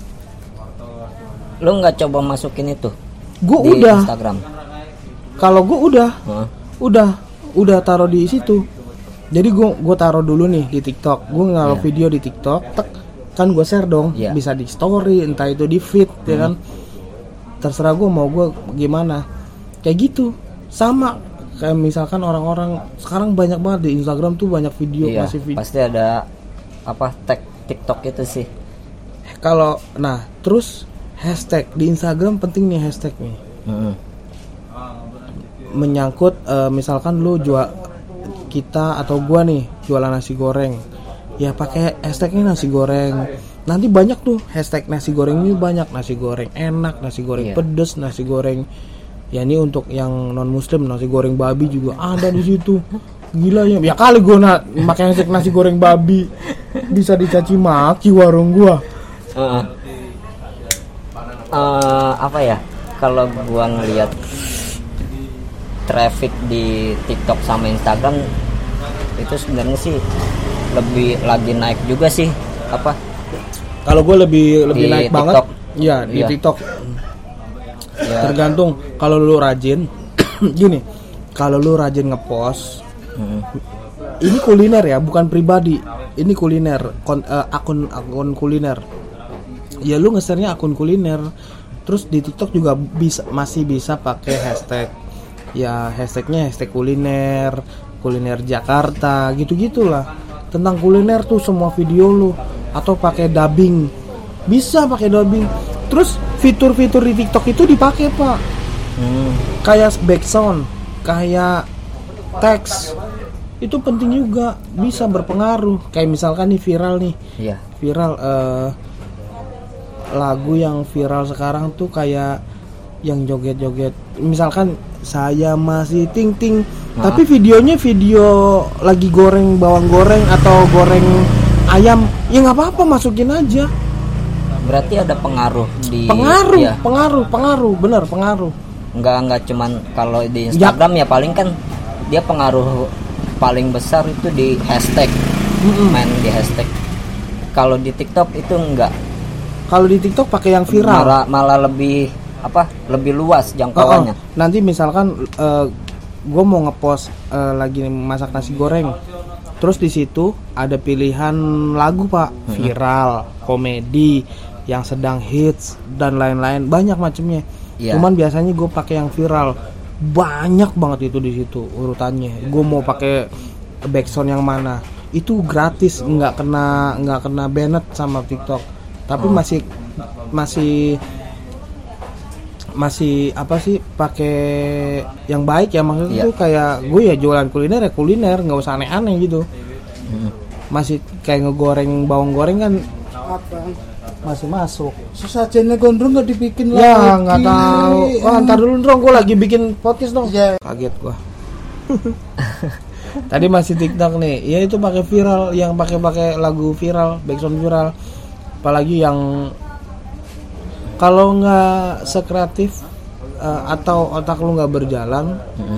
Lu nggak coba masukin itu? Gua di udah. Instagram. Kalau gua udah taruh di situ. Jadi gue taruh dulu nih di TikTok. Gue naruh video di TikTok, kan gue share dong. Bisa di story, entah itu di feed, ya kan. Terserah gue mau gue gimana. Kayak gitu. Sama kayak misalkan orang-orang sekarang banyak banget di Instagram tuh banyak video, masih video. Pasti ada tag TikTok itu sih. Terus hashtag di Instagram penting nih hashtag nih. Menyangkut misalkan lu jual, kita atau gua nih jualan nasi goreng, ya pakai hashtagnya nasi goreng. Nanti banyak tuh hashtag nasi goreng ini, banyak nasi goreng enak, nasi goreng pedes, nasi goreng ya ini untuk yang non muslim, nasi goreng babi juga ada di situ. Gila ya, ya kali gua pakai hashtag nasi goreng babi bisa dicaci maki warung gua. Apa ya, kalau gua ngelihat traffic di TikTok sama Instagram itu sebenarnya sih lebih lagi naik juga sih. Apa? Kalau gue lebih naik TikTok. banget. Iya, di TikTok. Ya. Tergantung kalau lu rajin. Gini, kalau lu rajin ngepost. Ini kuliner ya, bukan pribadi. Ini kuliner, akun kuliner. Ya lu nge-share-nya akun kuliner. Terus di TikTok juga masih bisa pakai hashtag. Ya hashtagnya hashtag kuliner Jakarta gitu-gitulah, tentang kuliner tuh semua video lu, atau pakai dubbing, bisa pakai dubbing. Terus fitur-fitur di TikTok itu dipakai pak, kayak background, kayak teks, itu penting juga, bisa berpengaruh. Kayak misalkan nih viral nih, viral lagu yang viral sekarang tuh kayak yang joget-joget, misalkan saya masih ting-ting, tapi videonya video lagi goreng bawang goreng atau goreng ayam, ya nggak apa-apa, masukin aja. Berarti ada pengaruh di pengaruh, bener pengaruh. Nggak cuman kalau di Instagram ya paling kan dia pengaruh paling besar itu di hashtag, main di hashtag. Kalau di TikTok itu enggak. Kalau di TikTok pakai yang viral, malah lebih lebih luas jangkauannya. Nanti misalkan gue mau ngepost lagi masak nasi goreng, terus di situ ada pilihan lagu pak, viral, komedi, yang sedang hits dan lain-lain, banyak macamnya. Cuman biasanya gue pakai yang viral, banyak banget itu di situ urutannya. Gue mau pakai backsound yang mana, itu gratis, nggak kena banned sama TikTok, tapi masih apa sih, pakai yang baik ya, maksudnya tuh kayak gue ya jualan kuliner ya kuliner, nggak usah aneh-aneh gitu. Masih kayak ngegoreng bawang goreng kan masih masuk. Sesajennya gondrong nggak dibikin ya, nggak tahu. Ntar dulu dong, gue lagi bikin podcast dong. Kaget gue. Tadi masih TikTok nih, ya itu pakai viral, yang pakai lagu viral, background viral, apalagi yang kalau nggak sekreatif atau otak lu nggak berjalan,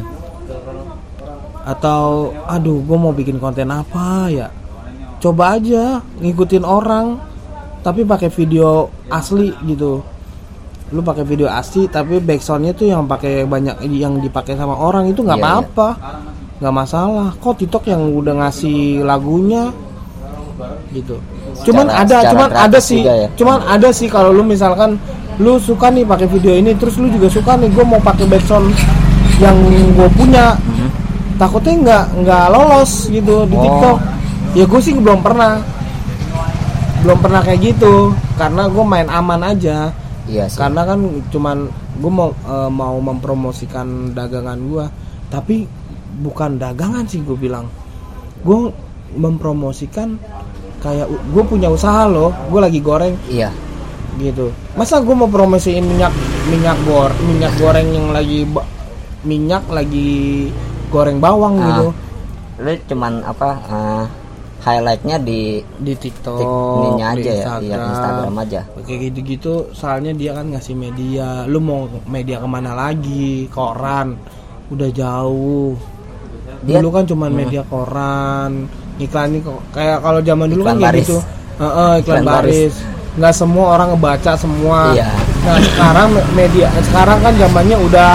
atau aduh gue mau bikin konten apa ya, coba aja ngikutin orang tapi pakai video asli gitu. Lu pakai video asli tapi backsoundnya tuh yang pakai banyak, yang dipakai sama orang, itu nggak apa-apa, nggak masalah kok. TikTok yang udah ngasih lagunya gitu. Cuman ada sih kalau lu misalkan lu suka nih pakai video ini, terus lu juga suka nih, gue mau pakai backsound yang gue punya, takutnya nggak lolos gitu di TikTok. Ya gue sih belum pernah kayak gitu, karena gue main aman aja. Karena kan cuman gue mau mempromosikan dagangan gue, tapi bukan dagangan sih, gue bilang gue mempromosikan kayak gue punya usaha loh, gue lagi goreng gitu. Masa gue mau promosiin minyak goreng yang lagi goreng bawang gitu. Lu cuman highlightnya di TikTok, ininya aja di Instagram aja. Kayak gitu-gitu, soalnya dia kan ngasih media. Lu mau media kemana lagi? Koran udah jauh. Dulu kan cuman media koran, iklan kok. Kayak kalau zaman dulu iklan kan kayak gitu. Iklan baris. Nggak semua orang ngebaca semua. Nah sekarang kan zamannya udah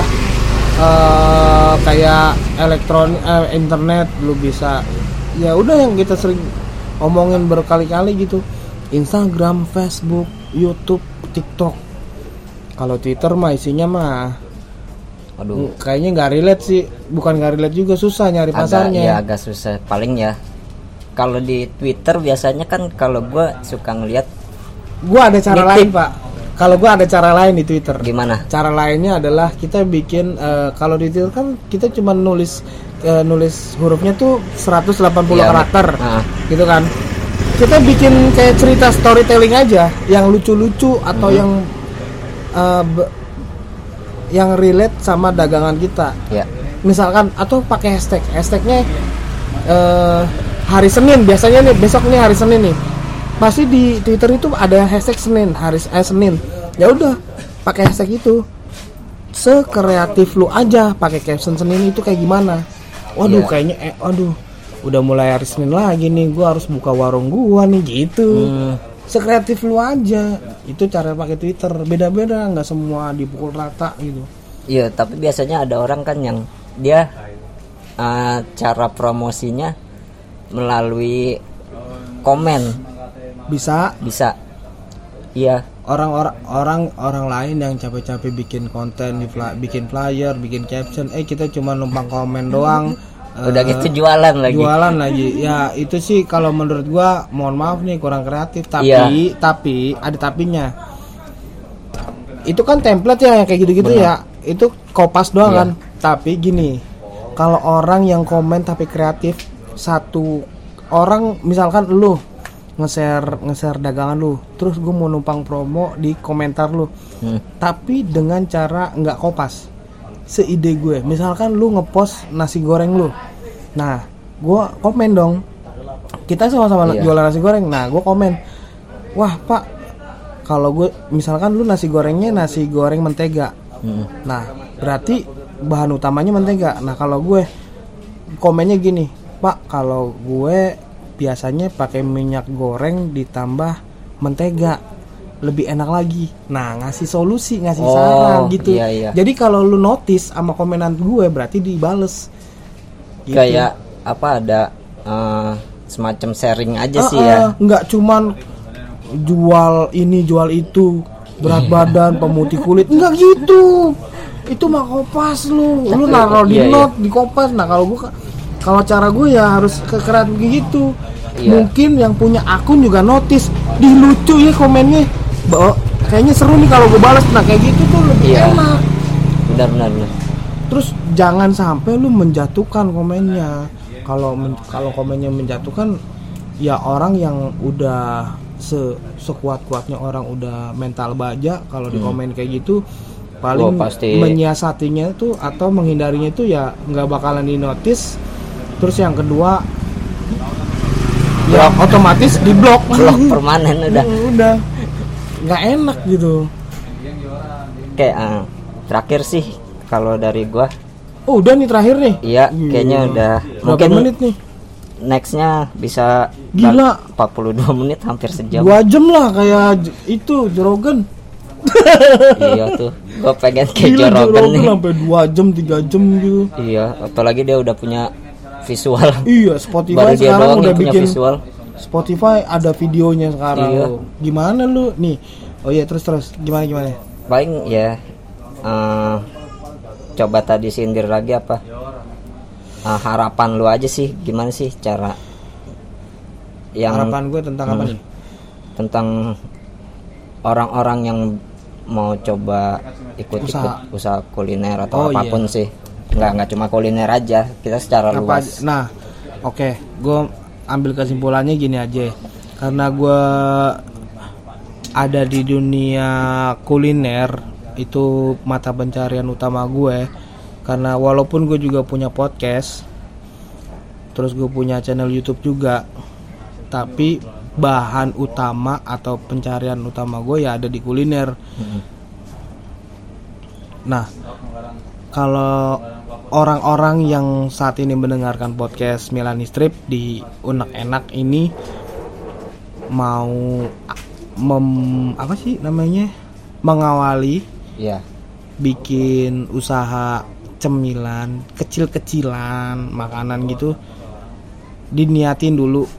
kayak elektronik, internet, lu bisa. Ya udah yang kita sering omongin berkali-kali gitu, Instagram, Facebook, YouTube, TikTok. Kalau Twitter mah isinya mah kayaknya nggak relate sih, bukan nggak relate juga, susah nyari pasarnya. Agak susah. Paling ya kalau di Twitter biasanya kan, kalau gue suka ngeliat, gue ada cara lain pak. Kalau gue ada cara lain di Twitter. Gimana? Cara lainnya adalah kita bikin kalau di Twitter kan kita cuma nulis hurufnya tuh 180 karakter, gitu kan. Kita bikin kayak cerita storytelling aja, yang lucu-lucu atau yang relate sama dagangan kita. Ya. Misalkan atau pakai hashtagnya hari Senin biasanya nih, besok nih hari Senin nih. Pasti di Twitter itu ada hashtag Senin, Senin. Ya udah, pakai hashtag itu. Sekreatif lu aja, pakai caption Senin itu kayak gimana. Waduh, kayaknya udah mulai hari Senin lagi nih, gua harus buka warung gua nih gitu. Sekreatif lu aja. Itu cara pakai Twitter. Beda-beda, enggak semua dipukul rata gitu. Iya, tapi biasanya ada orang kan yang dia cara promosinya melalui komen. Bisa. Iya. Orang lain yang capek-capek bikin konten, bikin flyer, bikin caption, kita cuma numpang komen doang. Udah gitu jualan lagi. Ya itu sih kalau menurut gua, mohon maaf nih, kurang kreatif. Tapi ada tapinya. Itu kan template ya, kayak gitu-gitu. Bener. Ya. Itu kopas doang kan. Tapi gini, kalau orang yang komen tapi kreatif, satu orang misalkan lu nge-share dagangan lu, terus gue mau numpang promo di komentar lu, tapi dengan cara nggak kopas. Seide gue, misalkan lu ngepost nasi goreng lu, nah gue komen dong, kita sama-sama jualan nasi goreng, nah gue komen, wah pak, kalau gue misalkan lu nasi gorengnya nasi goreng mentega, nah berarti bahan utamanya mentega. Nah kalau gue komennya gini, pak, kalau gue biasanya pakai minyak goreng ditambah mentega, lebih enak lagi. Nah, ngasih solusi, ngasih saran gitu. Iya. Jadi kalau lu notice sama komenan gue, berarti dibales. Gitu. Kayak apa, ada semacam sharing aja sih ya. Nggak cuman jual ini jual itu, berat badan, pemutih kulit, enggak gitu. Itu mah kopas lu naruh di note, di kopas. Nah kalau cara gue ya harus kekerasan gitu. Mungkin yang punya akun juga notice, dilucu ya komennya, kayaknya seru nih kalau gue balas. Nah kayak gitu tuh lebih enak. Benar. Terus jangan sampai lu menjatuhkan komennya. Kalau komennya menjatuhkan, ya orang yang udah sekuat-kuatnya orang udah mental baja, kalau di komen kayak gitu paling menyiasatinya tuh atau menghindarinya itu ya nggak bakalan di notice. Terus yang kedua, ya otomatis diblok permanen udah nggak enak gitu. Kayak terakhir sih kalau dari gua. Udah nih terakhir nih. Iya, kayaknya udah. Berapa menit nih? Nextnya bisa gila 42 menit, hampir sejam. 2 jam lah kayak itu Jorogen. Iya tuh, gua pengen kayak Jorogen nih sampai 2 jam 3 jam gitu. Iya, apalagi dia udah punya visual. Iya, Spotify baru dia sekarang doang udah bikin visual. Spotify ada videonya sekarang. Iya. Gimana lu nih? Oh iya, terus gimana? Paling ya coba tadi sindir lagi apa? Harapan lu aja sih, gimana sih cara yang harapan gue tentang apa nih? Tentang orang-orang yang mau coba ikut usaha kuliner atau apapun sih. Nggak cuma kuliner aja, kita secara luas. Nah, oke, gue ambil kesimpulannya gini aja. Karena gue ada di dunia kuliner, itu mata pencarian utama gue. Karena walaupun gue juga punya podcast, terus gue punya channel YouTube juga, tapi bahan utama atau pencarian utama gue ya ada di kuliner. Nah, kalau orang-orang yang saat ini mendengarkan podcast Milani Strip di Unek Enak ini mau mengawali bikin usaha cemilan kecil-kecilan makanan gitu, diniatin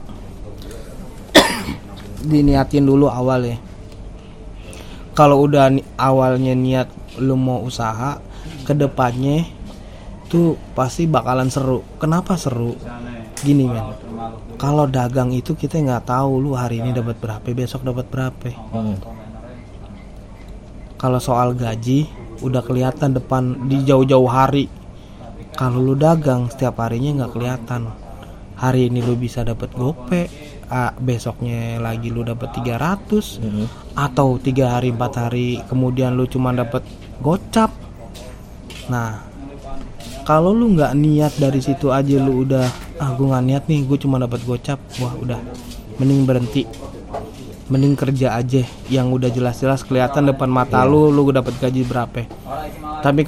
dulu awalnya. Kalau udah awalnya niat lu mau usaha, kedepannya tuh pasti bakalan seru. Kenapa seru? Gini men, kalau dagang itu kita nggak tahu lu hari ini dapat berapa, besok dapat berapa. Kalau soal gaji udah kelihatan depan di jauh-jauh hari. Kalau lu dagang setiap harinya nggak kelihatan. Hari ini lu bisa dapat gope, besoknya lagi lu dapat 300, atau 3 hari 4 hari kemudian lu cuma dapat gocap. Nah, kalau lu nggak niat dari situ aja lu udah gue nggak niat nih, gue cuma dapat gocap, wah udah mending berhenti, mending kerja aja yang udah jelas-jelas kelihatan depan mata lu dapat gaji berapa. Tapi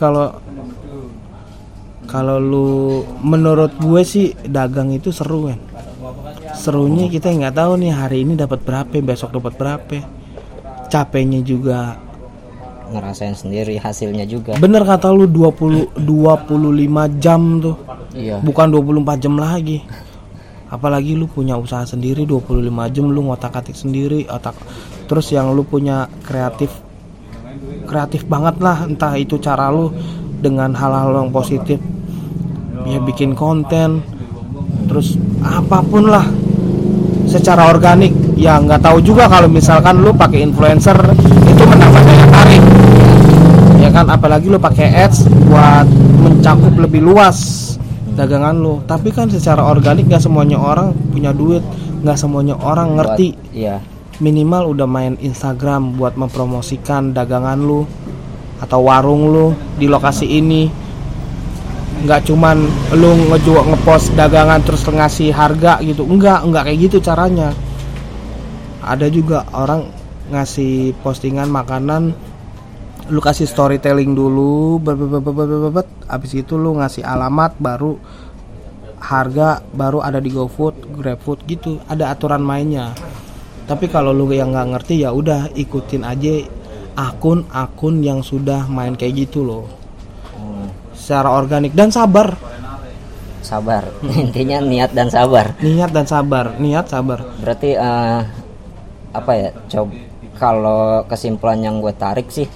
kalau lu menurut gue sih dagang itu seru kan. Serunya kita nggak tahu nih hari ini dapat berapa, besok dapat berapa. Capeknya juga ngerasain sendiri hasilnya juga. Bener kata lu 25 jam tuh. Iya. Bukan 24 jam lagi. Apalagi lu punya usaha sendiri 25 jam lu ngotak-atik sendiri, terus yang lu punya kreatif banget lah, entah itu cara lu dengan hal-hal yang positif. Ya bikin konten, terus apapun lah secara organik. Ya nggak tahu juga kalau misalkan lu pakai influencer itu menambah daya tarik, ya kan, apalagi lu pakai ads buat mencakup lebih luas dagangan lu. Tapi kan secara organik nggak semuanya orang punya duit, nggak semuanya orang ngerti. Iya. Minimal udah main Instagram buat mempromosikan dagangan lu atau warung lu di lokasi ini. Nggak cuman lu ngepost dagangan terus ngasih harga gitu, enggak kayak gitu caranya. Ada juga orang ngasih postingan makanan, lu kasih storytelling dulu, abis itu lu ngasih alamat, baru harga, baru ada di GoFood, GrabFood gitu, ada aturan mainnya. Tapi kalau lu yang nggak ngerti ya udah ikutin aja akun-akun yang sudah main kayak gitu loh. Secara organik dan sabar. Intinya niat dan sabar. Niat sabar. Berarti apa ya, coba kalau kesimpulan yang gue tarik sih,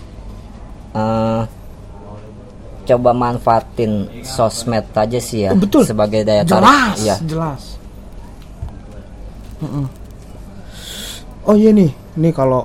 coba manfaatin sosmed aja sih ya. Betul. Sebagai daya tarik. Jelas. Oh iya nih kalau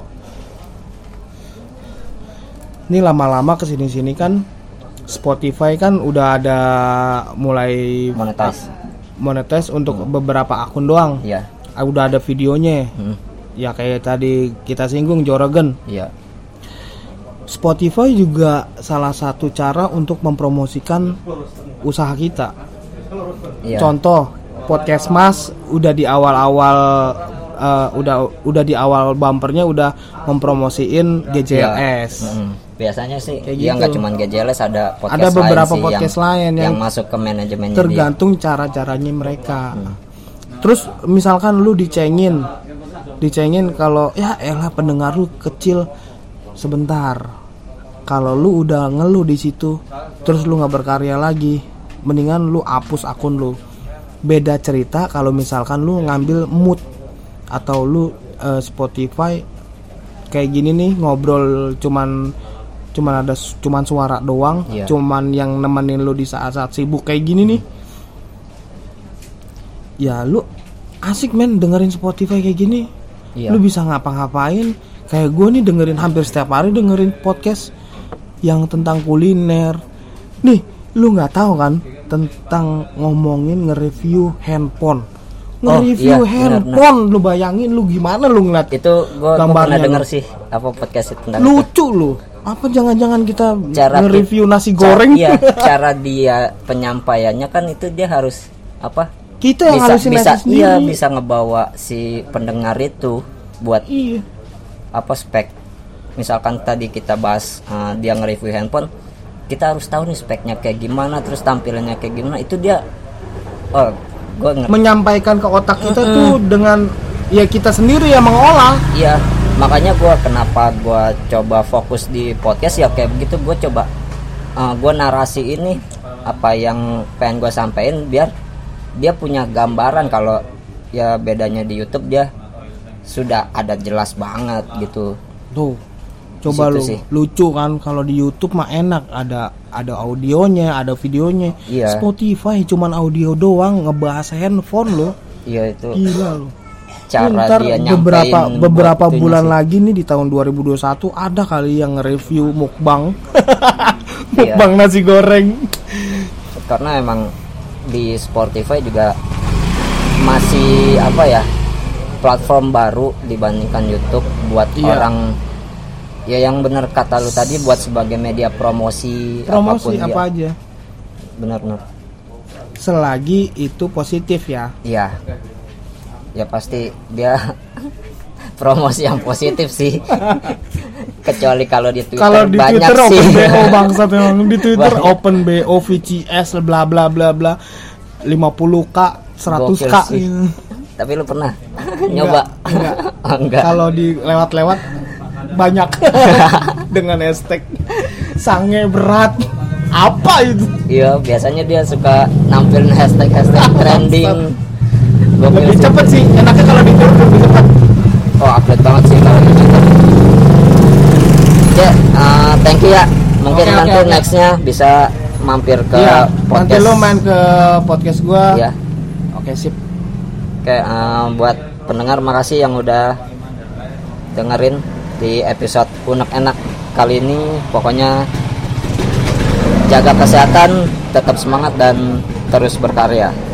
ini lama-lama kesini kan Spotify kan udah ada mulai monetize untuk beberapa akun doang. Iya. Udah ada videonya. Ya kayak tadi kita singgung Joe Rogan. Iya. Spotify juga salah satu cara untuk mempromosikan usaha kita. Iya. Contoh podcast Mas udah di awal-awal udah di awal bumpernya udah mempromosiin GJLS. Iya. Biasanya sih ya nggak cuma GJLS, ada podcast ada beberapa lain podcast lain yang masuk ke manajemennya. Tergantung cara-caranya mereka. Terus misalkan lu dicengin kalau ya elah pendengar lu kecil, sebentar. Kalau lu udah ngeluh di situ, terus lu nggak berkarya lagi, mendingan lu hapus akun lu. Beda cerita kalau misalkan lu ngambil mood atau lu Spotify kayak gini nih, ngobrol cuman suara doang, cuman yang nemenin lu di saat-saat sibuk kayak gini nih. Ya lu asik men dengerin Spotify kayak gini. Lu bisa ngapa-ngapain. Kayak gue nih dengerin hampir setiap hari dengerin podcast yang tentang kuliner. Nih, lu nggak tahu kan tentang ngomongin nge-review handphone. Handphone, bener. Lu bayangin lu gimana lu ngeliat itu. Gue pernah denger sih apa podcast itu tentang lucu itu. Lu apa jangan-jangan kita nge-review nasi goreng? Iya, cara dia penyampaiannya kan itu dia harus apa? Kita yang halusinasi sendiri. Iya, bisa ngebawa si pendengar itu buat apa spek. Misalkan tadi kita bahas dia nge-review handphone, kita harus tahu nih speknya kayak gimana, terus tampilannya kayak gimana. Itu dia menyampaikan ke otak kita tuh dengan ya kita sendiri yang mengolah. Iya, makanya kenapa gue coba fokus di podcast ya kayak begitu. Gue coba gue narasi ini apa yang pengen gue sampein biar dia punya gambaran. Kalau ya bedanya di YouTube dia sudah ada jelas banget gitu. Tuh coba lu sih. Lucu kan kalau di YouTube mah enak, ada audionya, ada videonya. Iya. Spotify cuman audio doang, ngebahas handphone lo. Iya itu. Gila lo. cara Ntar dia nyampein beberapa waktunya bulan sih. lagi nih di tahun 2021 ada kali yang nge-review mukbang. Iya. Mukbang nasi goreng. Karena emang di Spotify juga masih apa ya, platform baru dibandingkan YouTube buat Iya. orang ya, yang bener kata lu tadi, buat sebagai media promosi apapun Apa aja. benar-benar. Selagi itu positif ya. Iya. Ya pasti dia promosi yang positif sih. Kecuali kalau di Twitter Kalau di banyak Twitter sih. open BO bangsat memang di Twitter Banyak. open BO VCS bla bla bla bla 50k 100k Gokil sih. gitu. Tapi lu pernah nyoba? Enggak. Oh, enggak. Kalau di lewat-lewat banyak dengan hashtag sange berat apa itu. Iya, biasanya dia suka nampilin hashtag trending. Gokil Lebih sih. cepet sih, enaknya kalau di Twitter lebih cepet. Oh, update banget sih kalau di Twitter. Ya, thank you ya. Mungkin Oke, nanti oke. nextnya bisa mampir ke Iya, nanti podcast. lo main ke podcast gua. Ya. Oke, sip. Oke, buat pendengar makasih yang udah dengerin di episode Unek Enak kali ini. Pokoknya jaga kesehatan, tetap semangat dan terus berkarya.